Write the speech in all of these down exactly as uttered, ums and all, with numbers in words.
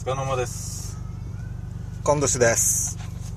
つかの間です。 今年です。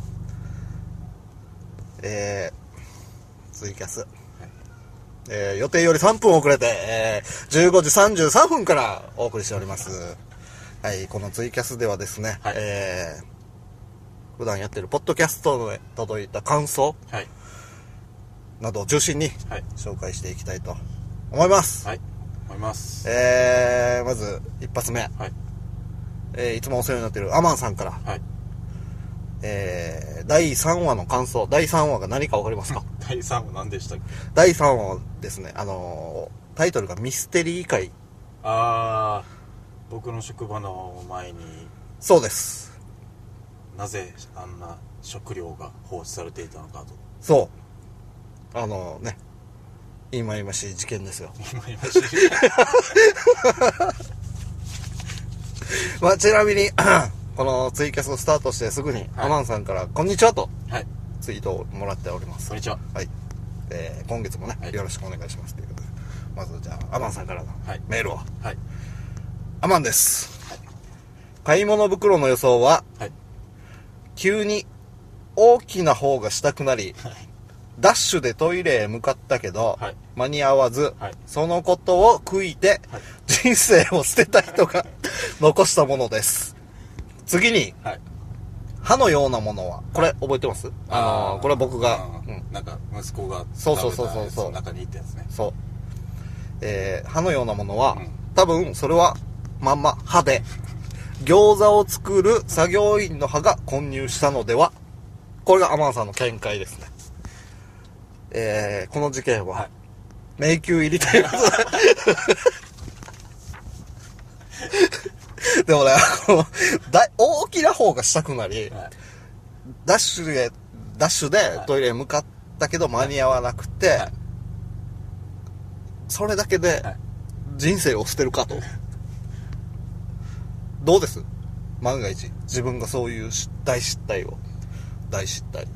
えー、ツイキャス、はい、えー、予定よりさんぷん遅れて、えー、じゅうごじさんじゅうさんぷんからお送りしております。はい、このツイキャスではですね、はい、えー、普段やってるポッドキャストで届いた感想、はい、などを中心に紹介していきたいと思います。 はい、思います。 えー、まず一発目、はい、えー、いつもお世話になっているアマンさんから、はい、えー、だいさんわの感想。だいさんわが何か分かりますか？ だいさんわ何でしたっけ？ だいさんわですね、あのー、タイトルがミステリー会。 あー、僕の職場の前に。 そうです。 なぜあんな食料が放置されていたのかと。 そう、あのー、ね、いまいましい事件ですよ。 いまいましいまあ、ちなみにこのツイキャスをスタートしてすぐに、はい、アマンさんからこんにちはと、はい、ツイートをもらっております。 こんにちは。 はい、えー、今月もね、はい、よろしくお願いしますということで、まずじゃあアマンさんからのメールを、はい、アマンです、はい、買い物袋の予想は、はい、急に大きな方がしたくなり、はい、ダッシュでトイレへ向かったけど、はい、間に合わず、はい、そのことを悔いて、はい、人生を捨てた人が残したものです。次に、はい、歯のようなものは、これ覚えてます？あのー、これ僕が、 うん、なんか息子がそうそうそうそうそう、 中にいったやつね。 そう。えー、歯のようなものは、うん、多分それはまんま歯で餃子を作る作業員の歯が混入したのでは。これがアマンさんの見解ですね。えー、この事件は、はい、迷宮入りということででもね、このだ大きな方がしたくなり、はい、ダッシュでダッシュでトイレへ向かったけど間に合わなくて、はい、それだけで人生を捨てるかと、はい、どうです？万が一自分がそういう大失態を大失態、はい、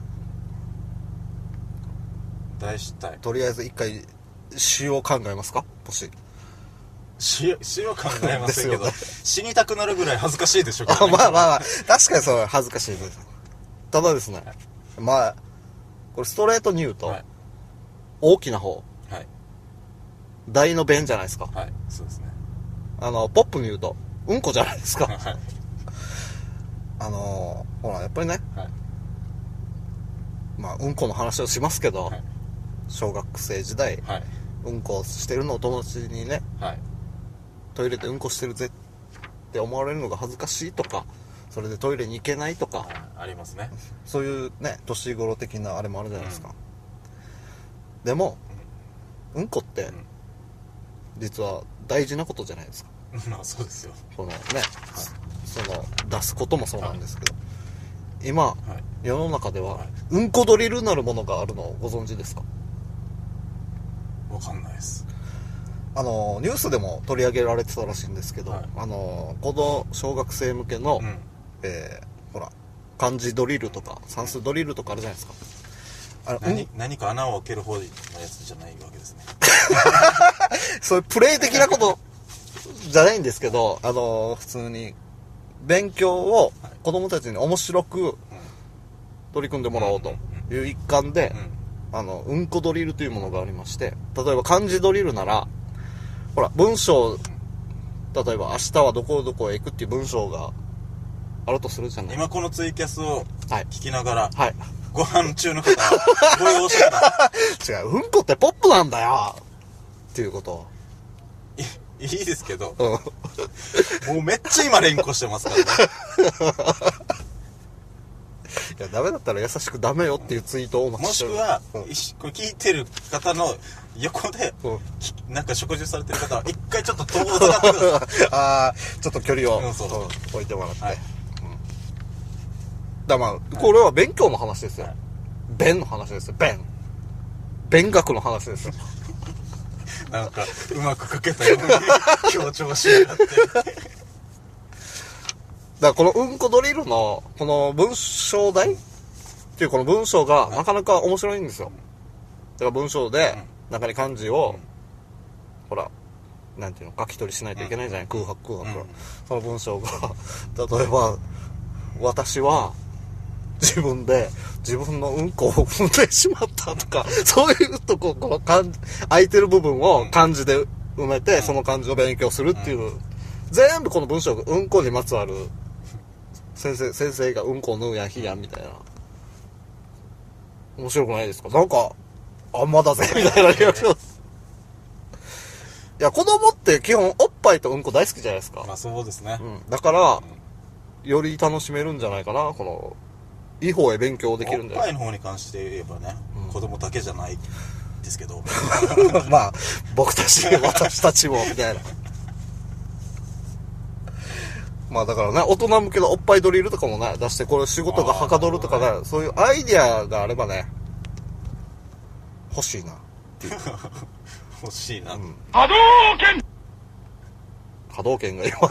大失態。 とりあえず一回死を考えますか？もし死, 死を考えませんけど、ね、死にたくなるぐらい恥ずかしいでしょうか、 ね、まあまあまあ確かにそう恥ずかしいです。ただですね、はい、まあこれストレートに言うと、はい、大きな方、はい、大の弁じゃないですか。 はい、そうですね。 あのポップに言うとうんこじゃないですか。はい、あのほらやっぱりね、はい、まあうんこの話をしますけど、はい、小学生時代、はい、うんこしてるのを友達にね、はい、トイレでうんこしてるぜって思われるのが恥ずかしいとか、それでトイレに行けないとか、 ありますね。 そういうね年頃的なあれもあるじゃないですか。うん、でも、うん、うんこって、うん、実は大事なことじゃないですか。 まあそうですよ。 このね、はい、その出すこともそうなんですけど、はい、今、はい、世の中では、はい、うんこドリルなるものがあるのをご存知ですか？ わかんないです。 あのニュースでも取り上げられてたらしいんですけど、はい、あのこの小学生向けの、うん、えー、ほら漢字ドリルとか算数ドリルとかあるじゃないですか。 あれ何、うん、何か穴を開ける方のやつじゃないわけですね。 そういうプレイ的なことじゃないんですけど、あの普通に勉強を子供たちに面白く取り組んでもらおうという一環で、うん、あのうんこドリルというものがありまして、例えば漢字ドリルなら、ほら文章、例えば明日はどこどこへ行くっていう文章があるとするじゃない。 今このツイキャスを聞きながら、はい、ご飯中の方ご容赦ください。違う、うんこってポップなんだよっていうことをい, いいですけど、うん、もうめっちゃ今連呼してますからね。 いやダメだったら優しくダメよっていうツイートをお待ちしてる。 もしくは、うん、これ聞いてる方の横で、うん、なんか食事されてる方は一回ちょっと遠ざかってください。 ああ、ちょっと距離を、うん、そうそう、うん、置いてもらって、はい、うん、だまあ、はい、これは勉強の話ですよ、はい、弁の話ですよ。弁弁学の話ですよ。 なんかうまく書けたように強調しやがってだからこのうんこドリルのこの文章題っていうこの文章がなかなか面白いんですよ。だから文章で中に漢字を、うん、ほらなんていうの書き取りしないといけないじゃない、うん、空白空白、うん、その文章が例えば私は自分で自分のうんこを踏んでしまったとかそういうとここの漢空いてる部分を漢字で埋めて、うん、その漢字を勉強するっていう、うん、全部この文章がうんこにまつわる先生先生がうんこを縫うやんひやんみたいな面白くないですか？なんかあんまだぜみたいなリアクションいや子供って基本おっぱいとうんこ大好きじゃないですか。 まあそうですね、 うん、だから、うん、より楽しめるんじゃないかなこのいい方へ勉強できるんじゃない。 おっぱいの方に関して言えばね、うん、子供だけじゃないですけどまあ僕たち私たちもみたいなまあだからね大人向けのおっぱいドリルとかもね出してこれ仕事がはかどるとかねそういうアイディアがあればね欲しいなっていう欲しいな、うん、 波動拳波動拳が今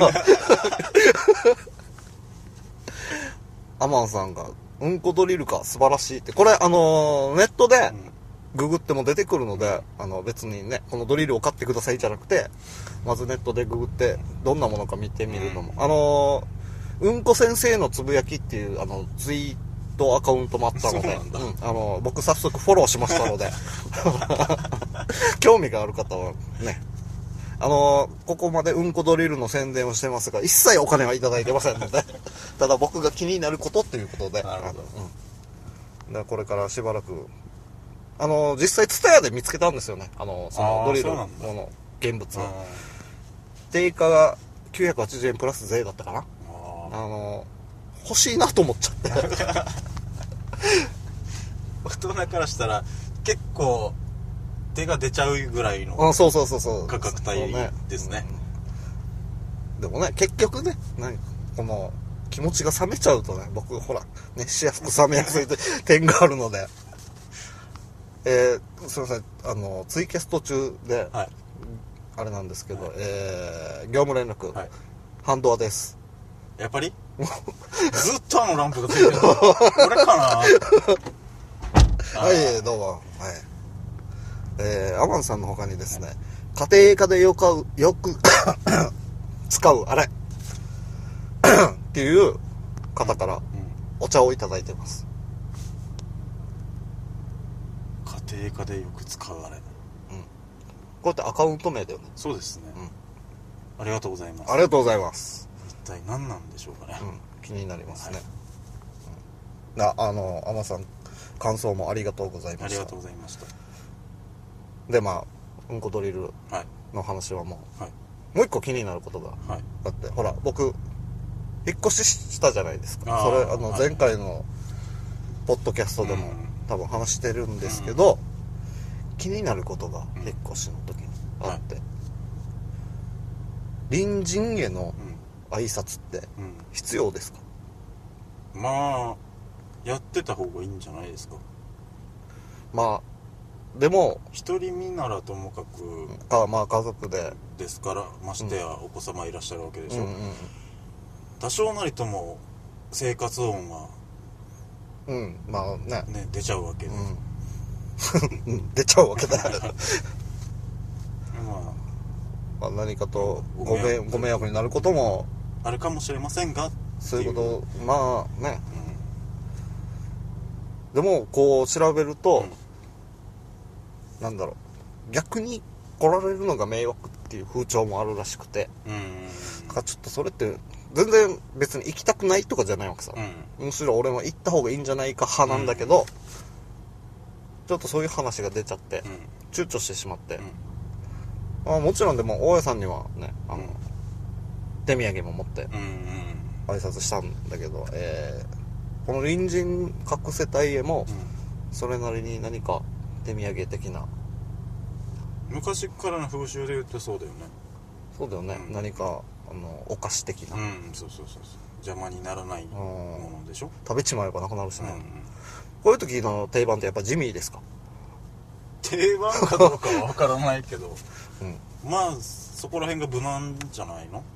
アマンさんがうんこドリルか素晴らしいってこれあのー、ネットでググっても出てくるので、うん、あの別にねこのドリルを買ってくださいじゃなくてまずネットでググってどんなものか見てみるのも、うん、あのー、うんこ先生のつぶやきっていうあのツイートアカウントもあったので、うん、あの僕早速フォローしましたので興味がある方はねあのー、ここまでうんこドリルの宣伝をしてますが一切お金はいただいてませんのでただ僕が気になることっていうことでなるほど、 うん、だこれからしばらくあのー、実際ツタヤで見つけたんですよねあのー、そのドリルの現物を定価がきゅうひゃくはちじゅうえんプラス税だったかなあ、あのー、欲しいなと思っちゃって大人からしたら結構手が出ちゃうぐらいのあそうそうそうそう価格帯ですね、 うん、でもね結局ね何この気持ちが冷めちゃうとね僕ほら熱しやすく冷めやすい点があるのでえー、すいませんあのツイキャスト中で、はい、あれなんですけど、はい、えー、業務連絡、はい、ハンドアですやっぱりずっとあのランプがついてるこれかなはいどうもはいえー、アマンさんの他にですね家庭科でよくよく使うあれっていう方からお茶をいただいてます。 家庭科でよく使うあれ、うん、こうやってアカウント名だよね。 そうですね、うん、ありがとうございます。 ありがとうございます。 一体何なんでしょうかね、 うん、気になりますね、はい、うん、なあのアマさん感想もありがとうございました。 ありがとうございました。 でまあうんこドリルの話はもう、はい、もう一個気になることがあって、はい、ほら僕引っ越ししたじゃないですか。それあの前回のポッドキャストでも、うん、多分話してるんですけど、うん、気になることが引っ越しの時にあって、うん、隣人への挨拶って必要ですか？ うん、まあやってた方がいいんじゃないですか。 まあでも一人身ならともかくか、まあ、家族でですからましてやお子様いらっしゃるわけでしょ、うんうんうん、多少なりとも生活音はうんまあねね出ちゃうわけで、 うん、出ちゃうわけだまあ、 まあ何かとご迷ご迷惑になることもあるかもしれませんがそういうことまあね、うん、でもこう調べると、うん、なんだろう逆に来られるのが迷惑っていう風潮もあるらしくて、うん、かちょっとそれって全然別に行きたくないとかじゃないわけさ、うん、むしろ俺も行った方がいいんじゃないか派なんだけど、うん、ちょっとそういう話が出ちゃって、うん、躊躇してしまって、うん、あもちろんでも大家さんにはねあの、うん、手土産も持って挨拶したんだけど、えー、この隣人各世帯へもそれなりに何か手土産的な昔からの風習で言うとそうだよね。 そうだよね、うん、何かあのお菓子的な、 うん、そうそうそうそう邪魔にならないものでしょ。 食べちまえばなくなるしね、うんうん、こういう時の定番ってやっぱジミーですか？ 定番かどうかは分からないけど、うん、まあそこら辺が無難じゃないの？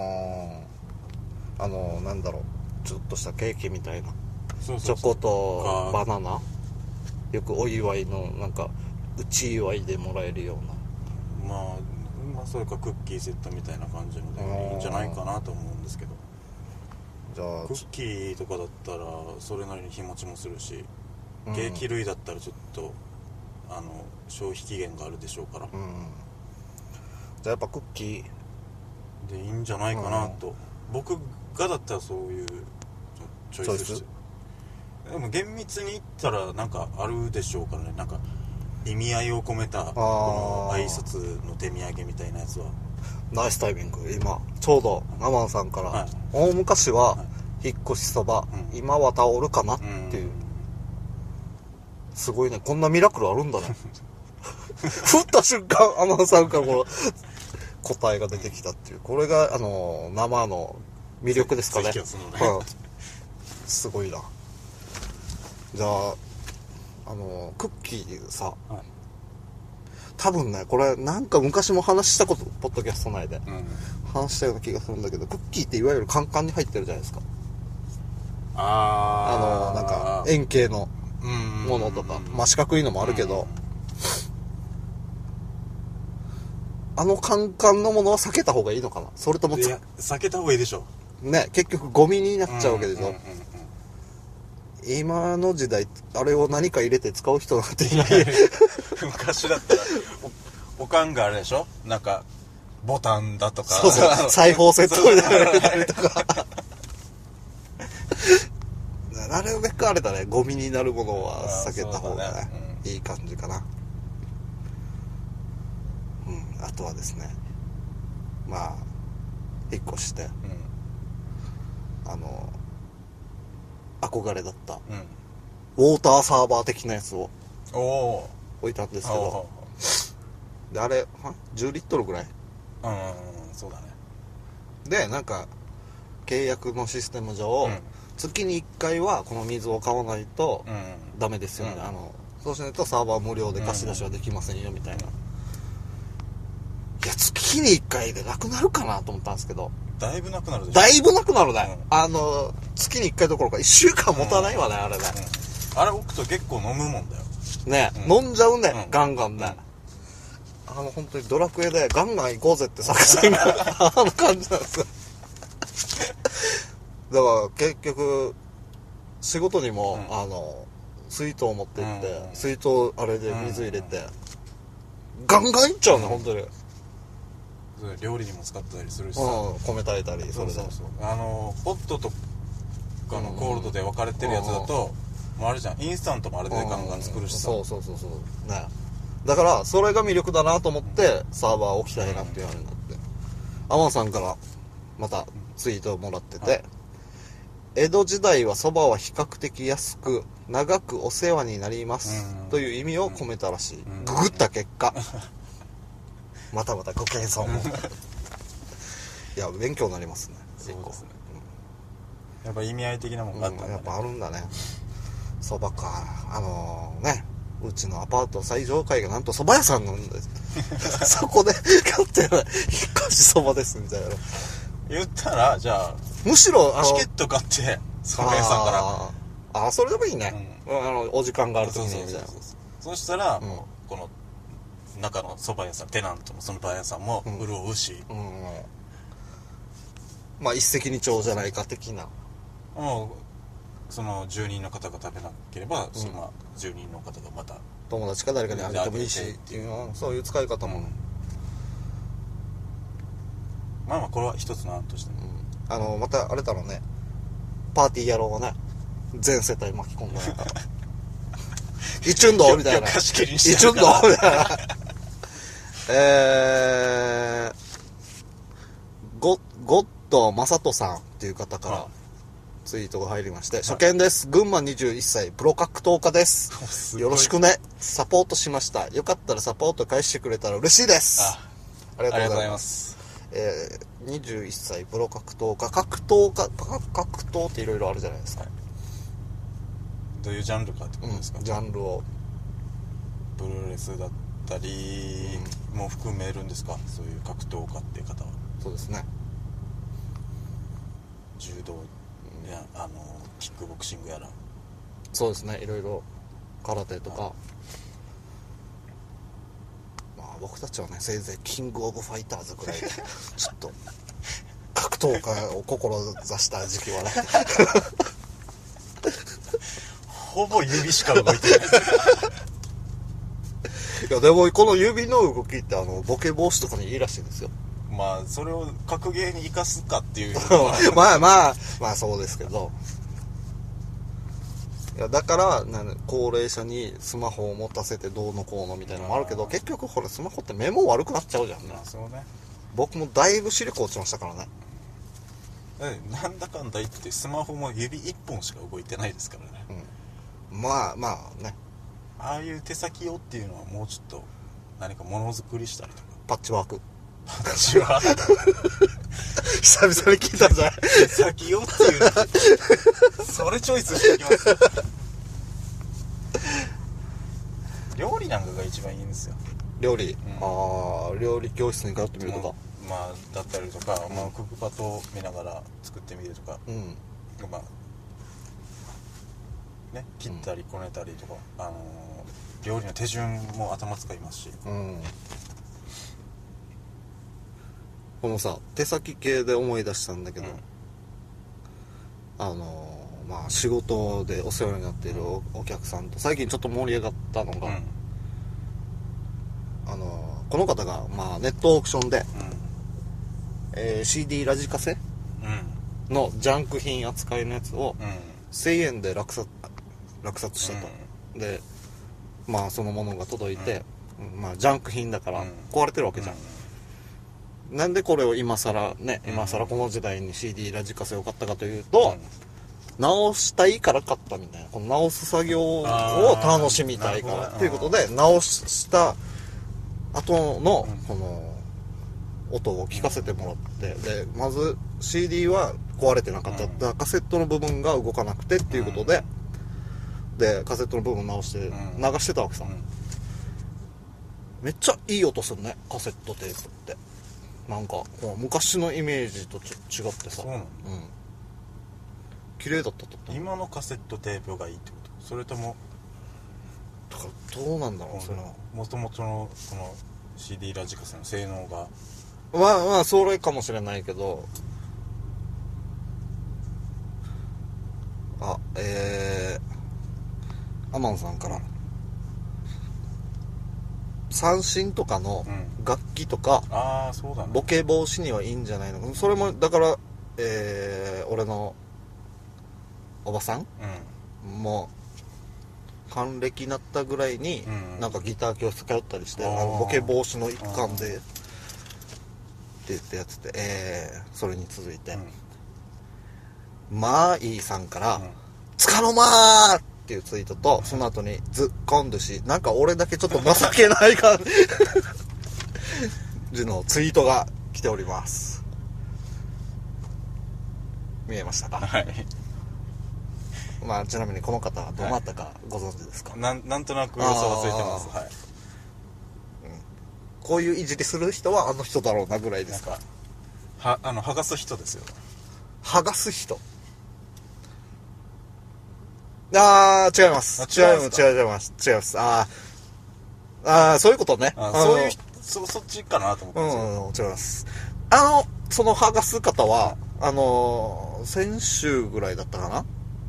ああのなんだろうちょっとしたケーキみたいなそうそうそうチョコとバナナよくお祝いのなんかうち祝いでもらえるようなまあ、まあ、 それかクッキーセットみたいな感じのでいいんじゃないかなと思うんですけど、 じゃあクッキーとかだったらそれなりに日持ちもするし、うん、ケーキ類だったらちょっとあの消費期限があるでしょうから、うん、 じゃあやっぱクッキーでいいんじゃないかなと、うん、僕がだったらそういうチョイスして、でも厳密に言ったらなんかあるでしょうからね、なんか意味合いを込めたこの挨拶の手土産みたいなやつは。 ナイスタイミング。今ちょうどアマンさんから、はい、大昔は引っ越しそば、はい、今はタオルかなっていう、うん、すごいね、こんなミラクルあるんだね振った瞬間アマンさんからこの答えが出てきたっていう、これがあの生の魅力ですかね。うん、すごいな。じゃああのクッキーさ、はい、多分ねこれなんか昔も話したこと、ポッドキャスト内で、うん、話したような気がするんだけど、クッキーっていわゆるカンカンに入ってるじゃないですか。ああのなんか円形のものとか、まあ四角いのもあるけど、あのカンカンのものは避けた方がいいのかな、それともつ、いや避けた方がいいでしょね、結局ゴミになっちゃうわけでしょ、うんうんうんうん、今の時代あれを何か入れて使う人なんていない昔だったら お, おかんがあれでしょ、なんかボタンだとか、 そうそう裁縫セットみたいなとかなるべくあれだね、ゴミになるものは避けた方が、ねうん、いい感じかな。うん、あとはですね、まあ引っ越して、うん、あの憧れだった、うん、ウォーターサーバー的なやつを置いたんですけど、であれじゅうリットルぐらい、 うん、そうだね。 でなんか契約のシステム上、うん、月にいっかいはこの水を買わないとダメですよね、うん、あのそうしないとサーバー無料で貸し出しはできませんよみたいな、うん、いや月にいっかいでなくなるかなと思ったんですけど、 だいぶなくなるでしょ。 だいぶなくなるね、うん、あの月にいっかいどころかいっしゅうかん持たないわね、うん、あれね、 うん、あれ置くと結構飲むもんだよね、うん、飲んじゃうね、うん、ガンガンね、うん、あの本当にドラクエでガンガン行こうぜって作戦があの感じなんですよだから結局仕事にも、うん、あの水筒持って行って、うん、水筒あれで水入れて、うん、ガンガンいっちゃうね、うん、本当に料理にも使ったりするしさ、 うん、米炊いたり、それでそうそうそう、あのポットとかのコールドで分かれてるやつだと、うん、もうあれじゃん、インスタントもあれでガンガン作るしさ、 うん、そうそうそうそうね、だからそれが魅力だなと思ってサーバー置きたいなっていう話になって、アマンさんからまたツイートをもらってて、はい、江戸時代は蕎麦は比較的安く長くお世話になりますという意味を込めたらしい。ググった結果またまたご謙遜もいや勉強になりますね。 そうですね、うん、やっぱ意味合い的なもんがあったんだね、 うん、やっぱあるんだね。蕎麦か、あのー、ね、うちのアパート最上階がなんと蕎麦屋さんなんですそこで買ってない引っ越し蕎麦ですみたいな。 言ったらじゃあむしろチケット買って蕎麦屋さんからああそれでもいいね、うん、あのお時間がある時にみたいな。 そうしたら、うん、この中の蕎麦屋さんテナントの蕎麦屋さんも潤うし、うんうんうん、 まあ一石二鳥じゃないか的な。 もうその住人の方が食べなければ、うん、その住人の方がまた友達か誰かにあげてもいいしっていうのはそういう使い方も、うん、 まあまあこれは一つの案として、 うん、あのまたあれだろうね、パーティーやろうがね、全世帯巻き込んだらイチュンドみたいな、イチュンドみたいなえーゴゴッドマサトさんっていう方からツイートが入りまして、初見です。群馬にじゅういっさいプロ格闘家です。よろしくね。サポートしました。よかったらサポート返してくれたら嬉しいです。あ、ありがとうございます。えー、にじゅういっさいプロ格闘家、格闘家格闘っていろいろあるじゃないですか、はい、 どういうジャンルかってことですか、 うん、ジャンルをプロレスだったりも含めるんですか、そういう格闘家っていう方は。 そうですね、 柔道や、あのキックボクシングやら、 そうですね、いろいろ空手とか、はい、まあ僕たちはねせいぜいキングオブファイターズぐらいでちょっと格闘家を志した時期はねほぼ指しか動いてないいやでもこの指の動きってあのボケ防止とかにいいらしいんですよ。 まあそれを格ゲーに生かすかっていうまあまあまあそうですけど、いやだからなん高齢者にスマホを持たせてどうのこうのみたいなのもあるけど、結局これスマホって目も悪くなっちゃうじゃんね。 まあそうね。 僕もだいぶ視力落ちましたからね。 なんだかんだ言ってスマホも指いっぽんしか動いてないですからね、 うん、まあまあね、 ああいう手先用っていうのはもうちょっと何かものづくりしたりとか。 パッチワークパッチワーク久々に聞いたんじゃない手先用っていうのそれチョイスしてきます料理なんかが一番いいんですよ。 料理、うん、ああ料理教室に通ってみるとか、 まあだったりとか、うん、まあクックパッドを見ながら作ってみるとか、うん、まあね切ったりこねたりとか、うん、あのー、料理の手順も頭使いますし、うん、 このさ手先系で思い出したんだけど、うん、あのー、まあ仕事でお世話になっている お, お客さんと最近ちょっと盛り上がったのが、うん、あのー、この方が、まあ、ネットオークションで、うん、えー、シーディー ラジカセのジャンク品扱いのやつをせんえんで落札、落札したと、うん、でまあそのものが届いて、うん、まあジャンク品だから壊れてるわけじゃん、うん、なんでこれを今更ね、今更この時代に シーディー ラジカセを買ったかというと、うん、直したいから買ったみたいな、この直す作業を楽しみたいからっていうことで直した後のこの音を聞かせてもらって、でまず シーディー は壊れてなかった、うん、カセットの部分が動かなくてっていうことで、うん、でカセットの部分直して流してたわけさ、うん、めっちゃいい音するねカセットテープって。なんか昔のイメージとちょっと違ってさ、そうなの、うん、綺麗だったと。 今のカセットテープがいいってこと？それともだからどうなんだろう、そのもともとのこの シーディー ラジカセの性能が、 まあまあそれかもしれないけど、あえー、アマンさんから三振とかの楽器とか、 うん、ああそうだね、 ボケ防止にはいいんじゃないの。それもだから、えー、俺のおばさん、うん、もう還暦になったぐらいに、うん、なんかギター教室通ったりして、あのボケ防止の一環でって言ってやってて、えー、それに続いて、うん、マーイーさんから、うん、つかの間ーっていうツイートと、その後にずっこんどし、なんか俺だけちょっと情けない感じのツイートが来ております。見えましたか？ はい。 まあちなみにこの方はどなたかご存知ですか？ はい、なんなんとなく予想はついてます。はい。うん、 こういういじりする人はあの人だろうなぐらいですか？ はあの剥がす人ですよ。 剥がす人。あー違います。違います違います違います。あーあーそういうことね。 あそういうそそっちかなと思ってます。 うん違います。あのその剥がす方は、うん、あのー、先週ぐらいだったかな。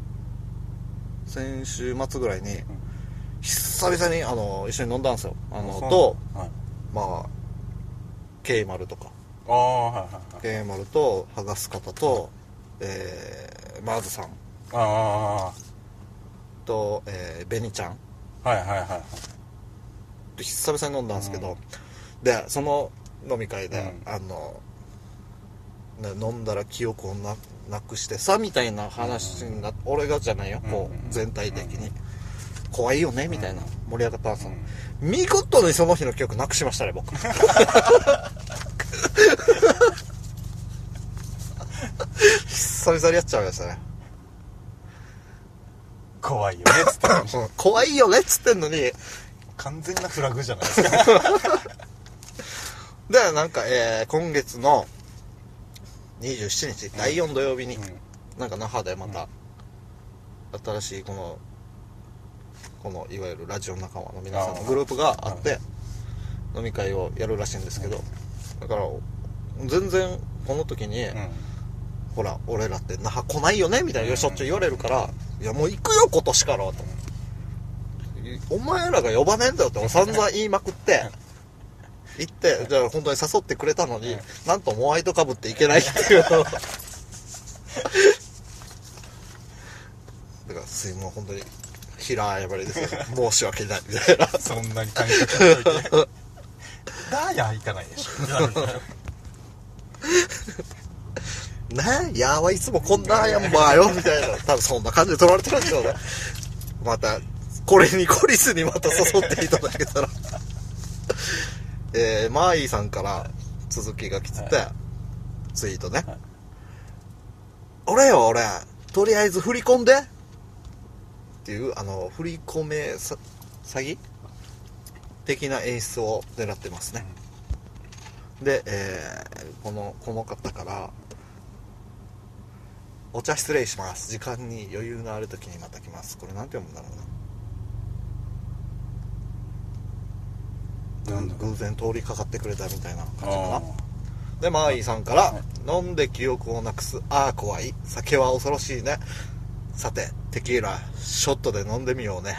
先週末ぐらいに、うん、久々にあの一緒に飲んだんですよ。あのと、はい、まあ ケーマル とか、 ああはいはいはい、 ケーマル と剥がす方と、はい、えー、マーズさん、 ああと、えー、ベニちゃん、 はいはいはいはい、 久々に飲んだんですけど、うん、でその飲み会で、うん、あの、ね、飲んだら記憶をななくしてさみたいな話になって、うん、俺がじゃないよ、こう、うん、全体的に、うん、怖いよねみたいな、盛り上がったんですよ、うん、見事にその日の記憶なくしましたね僕久々にやっちゃいましたね。 怖いよねっつってんのに怖いよねっつってんのに完全なフラグじゃないですかでなんか、えー、今月のにじゅうしちにち、うん、だいよん土曜日に、うん、なんか那覇でまた、うん、新しいこのこのいわゆるラジオ仲間の皆さんのグループがあって、 飲み会をやるらしいんですけど、だから全然この時に、うん、ほら俺らって那覇来ないよねみたいなしょっちゅう言われるから、いやもう行くよ今年からと思って、お前らが呼ばねえんだよって散々言いまくって行って、じゃあ本当に誘ってくれたのに、なんとモアイとかぶっていけないっていうだからすいません本当に平謝りですよ申し訳ないみたいなそんなに感覚しといてダーヤー行かないでしょねえ、やーはいつもこんなやんばよみたいな、多分そんな感じで取られてるんでしょうね。またこれに懲りずにまた誘っていただけたらえー、マーイーさんから続きが来てて、はい、ツイートね、はい、俺よ俺とりあえず振り込んでっていうあの振り込めさ詐欺的な演出を狙ってますね。で、えー、このこの方からお茶失礼します。時間に余裕のある時にまた来ます。これなんて読むんだろうな。なん偶然通りかかってくれたみたいな感じかな。でマーイーさんから、はい、飲んで記憶をなくすああ怖い酒は恐ろしいね。さてテキーラショットで飲んでみようね。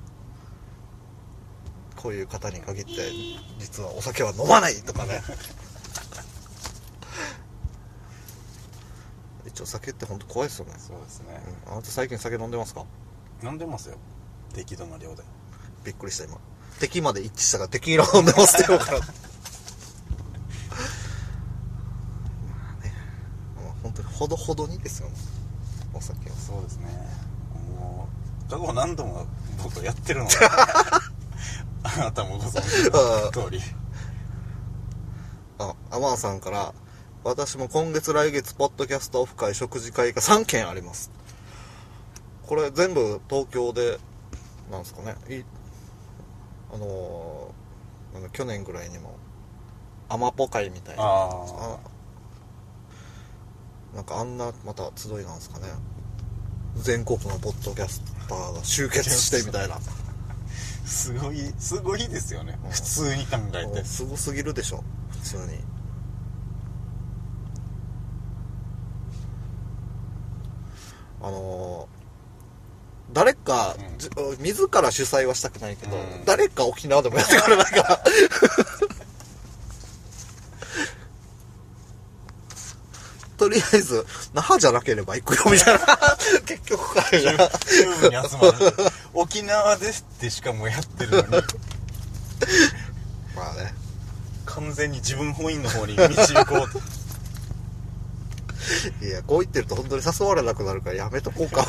こういう方に限って実はお酒は飲まないとかね一応酒って本当怖いですよね。 そうですね、 うん、あなた最近酒飲んでますか？ 飲んでますよ、適度な量で。 びっくりした今、敵まで一致したからテキーラ飲んでますって言おうからまあね、まあ、本当にほどほどにですよねお酒は。 そうですね、もう過去何度も僕はやってるのであなたもご存知の通りあ、アマンさんから私も今月来月ポッドキャストオフ会食事会がさんけんあります。これ全部東京でなんですかね。いあのー、なんか去年ぐらいにもアマポ会みたいな、あなんかあんなまた集いなんですかね。全国のポッドキャスターが集結してみたいなすごいすごいですよね、うん、普通に考えてすごすぎるでしょ普通に。あのー、誰か、うん、自ら主催はしたくないけど、うん、誰か沖縄でもやってくれないかとりあえず那覇じゃなければ行くよみたいな結局か十分に集まる沖縄ですってしかもやってるのにまあね完全に自分本位の方に導こうといやこう言ってると本当に誘われなくなるからやめとこうか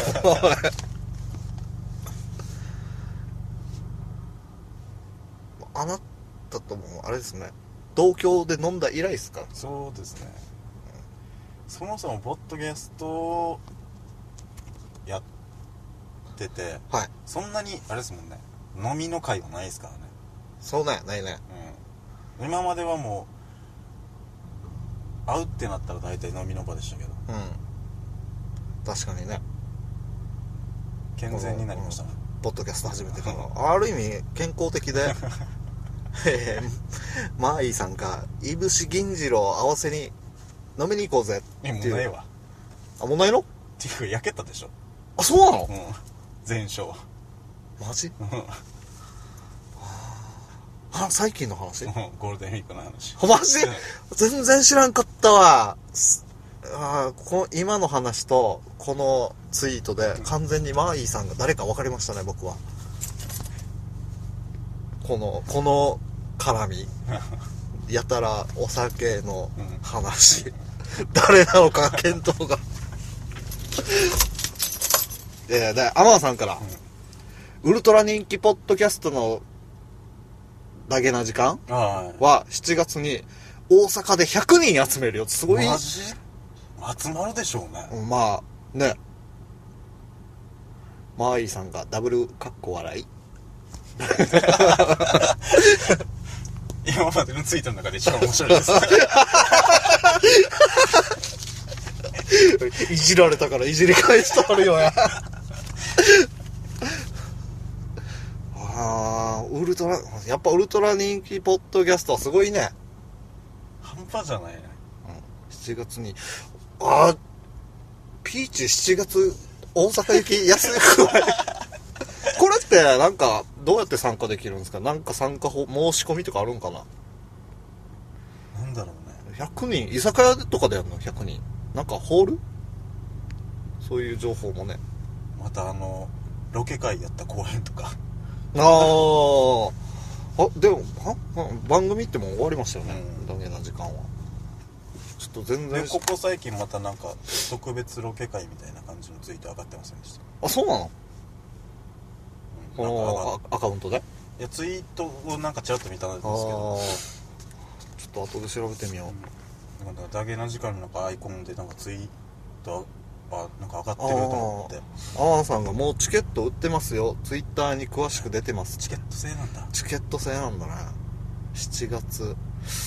あなたともあれですね同郷で飲んだ以来ですか？ そうですね、うん、そもそもポッドキャストをやってて、はい、そんなにあれですもんね飲みの会はないですからね。 そうねないね、 うん、今まではもう会うってなったら大体飲みの場でしたけど、うん、 確かにね健全になりましたね、 うん、ポッドキャスト始めてからある意味健康的でえー、マーイーさんがいぶし銀次郎合わせに飲みに行こうぜっていう。 もうないわ。 あ、もうないの？ っていうか焼けたでしょ。 あ、そうなの？ うん。全勝。 マジ？あ、最近の話？ うん、ゴールデンウィークの話。 マジ？全然知らんかったわ。あこの今の話とこのツイートで完全にマーイーさんが誰か分かりましたね僕は。このこの絡みやたらお酒の話、うん、誰なのか見当がでで天野さんから、うん、ウルトラ人気ポッドキャストのダゲな時間はしちがつに大阪でひゃくにん集めるよ。すごいマジ集まるでしょうね。 まあねマーイーさんがダブルカッコ笑い今までのツイートの中で一番面白いですいじられたからいじり返してあるよやはあーウルトラやっぱウルトラ人気ポッドキャストはすごいね。 半端じゃないね、 うん、しちがつにあーピーチしちがつ大阪行き安くないこれってなんかどうやって参加できるんですか？なんか参加申し込みとかあるんかな？ なんだろうね。 ひゃくにん居酒屋とかでやるの？ひゃくにんなんかホールそういう情報もね。 またあのロケ会やった公演とかあーあでも番組ってもう終わりましたよね、 うん、 ダメな時間は。ちょっと全然でここ最近またなんか特別ロケ会みたいな感じのツイート上がってませんでした？ あ、そうなの？ うん、なんこのアカウントで？ いやツイートをなんかちらっと見たんですけど、 ちょっと後で調べてみよう、うん、なんかダゲな時間のなんかアイコンでなんかツイートあなんか上がってると思って。 あーあーさんがもうチケット売ってますよ、ツイッターに詳しく出てます。 チケット制なんだ。 チケット制なんだね。しちがつ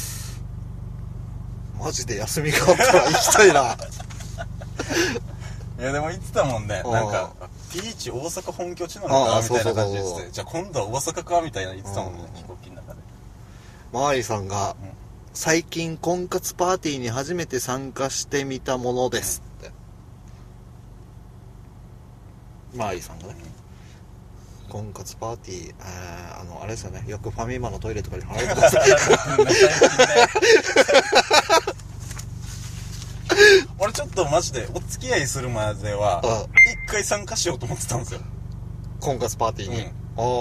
マジで休みがあったら行きたいないやでも言ってたもんね、なんかピーチ大阪本拠地なのかみたいな感じで言ってて、じゃあ今度は大阪かみたいな言ってたもんね、飛行機の中で。 マーイさんが、 うん、 最近婚活パーティーに初めて参加してみたものですって、うん、マーイさんがね、うん、婚活パーティー、えー、あのあれですよね、よくファミマのトイレとかに入るとか俺ちょっとマジでお付き合いするまでは一回参加しようと思ってたんですよ、 婚活パーティーに、うん、あ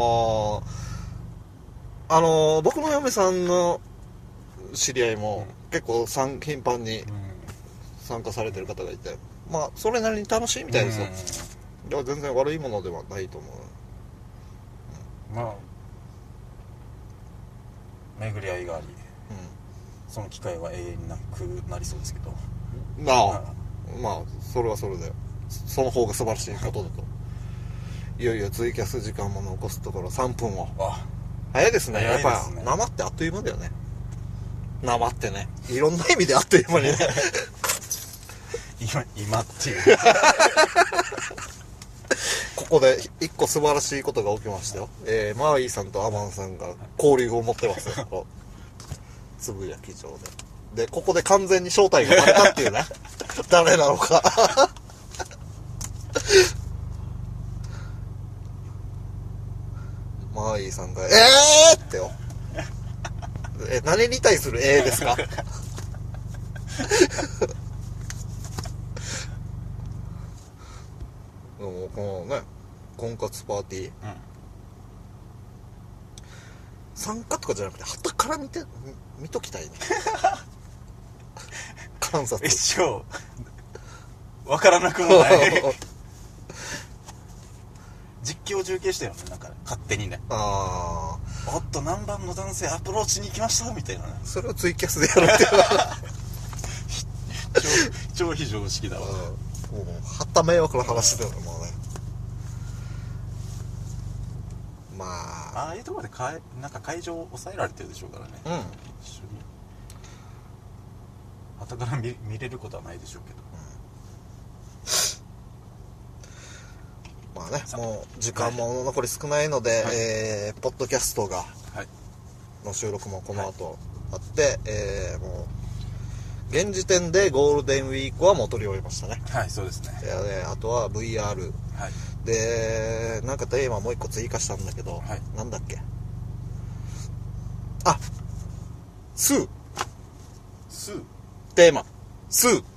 あのー、僕の嫁さんの知り合いも結構頻繁に参加されてる方がいて、まあそれなりに楽しいみたいですよ、うん、いや全然悪いものではないと思う、 うん、まあ巡り合いがあり、うん、その機会は永遠になくなりそうですけど、 まあ、まあそれはそれでその方が素晴らしいことだといよいよツイキャス時間も残すところさんぷんを。あ、早いですね。やっぱ生ってあっという間だよね。生ってね、いろんな意味であっという間にね今今っていうここで一個素晴らしいことが起きましたよ、えー、マーイーさんとアマンさんが交流を持ってますよつぶやき上ででここで完全に正体がバレたっていうね誰なのかマーイーさんが「えー!」ってよえ何に対する「えー!」ですかでもこのね婚活パーティー、うん、参加とかじゃなくて旗から見て見ときたいね観察一生分からなくもない実況中継したよね、なんか勝手にね、ああおっと何番の男性アプローチに行きましたみたいなね。 それをツイキャスでやるっていう超, 超非常識だわ。もうはった迷惑な話だよね、もうね。まあああいうところでかえなんか会場を抑えられてるでしょうからね、うん、一緒に後から 見, 見れることはないでしょうけど、 うん、まあね、もう時間も残り少ないので、はい、えー、ポッドキャストが、はい、の収録もこの後あって、はい、えー、もう現時点でゴールデンウィークはもう取り終えましたね。 はい、そうですね。 であとは ブイアール、はい、でなんかテーマもう一個追加したんだけど、はい、なんだっけ、あスースーテーマスー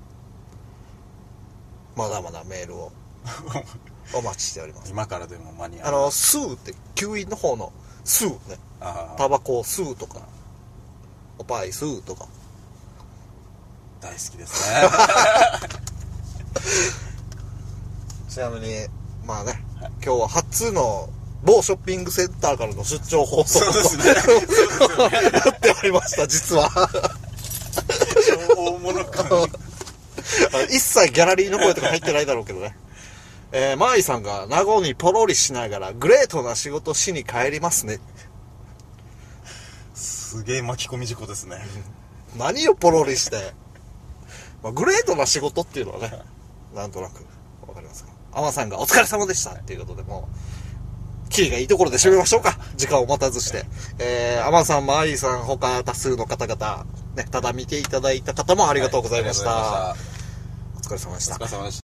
まだまだメールをお待ちしております。 今からでも間に合う。 あのスーって吸引の方のスーね、タバコスーとかおパイスーとか大好きですねちなみにまあね、はい、今日は初の某ショッピングセンターからの出張放送そうですねやっておりました。実は超大物感一切ギャラリーの声とか入ってないだろうけどね。えー、マーイさんが名護にポロリしながらグレートな仕事しに帰りますね。 すげえ巻き込み事故ですね何をポロリして、まあ、グレートな仕事っていうのはねなんとなくわかりますか。アマさんがお疲れ様でしたっていうことでもうキリがいいところで締めましょうか。時間を待たずして。えー、アマンさん、マーリーさん、他多数の方々、ね、ただ見ていただいた方もありがとうございました。はい、お疲れ様でした。 お疲れ様でした。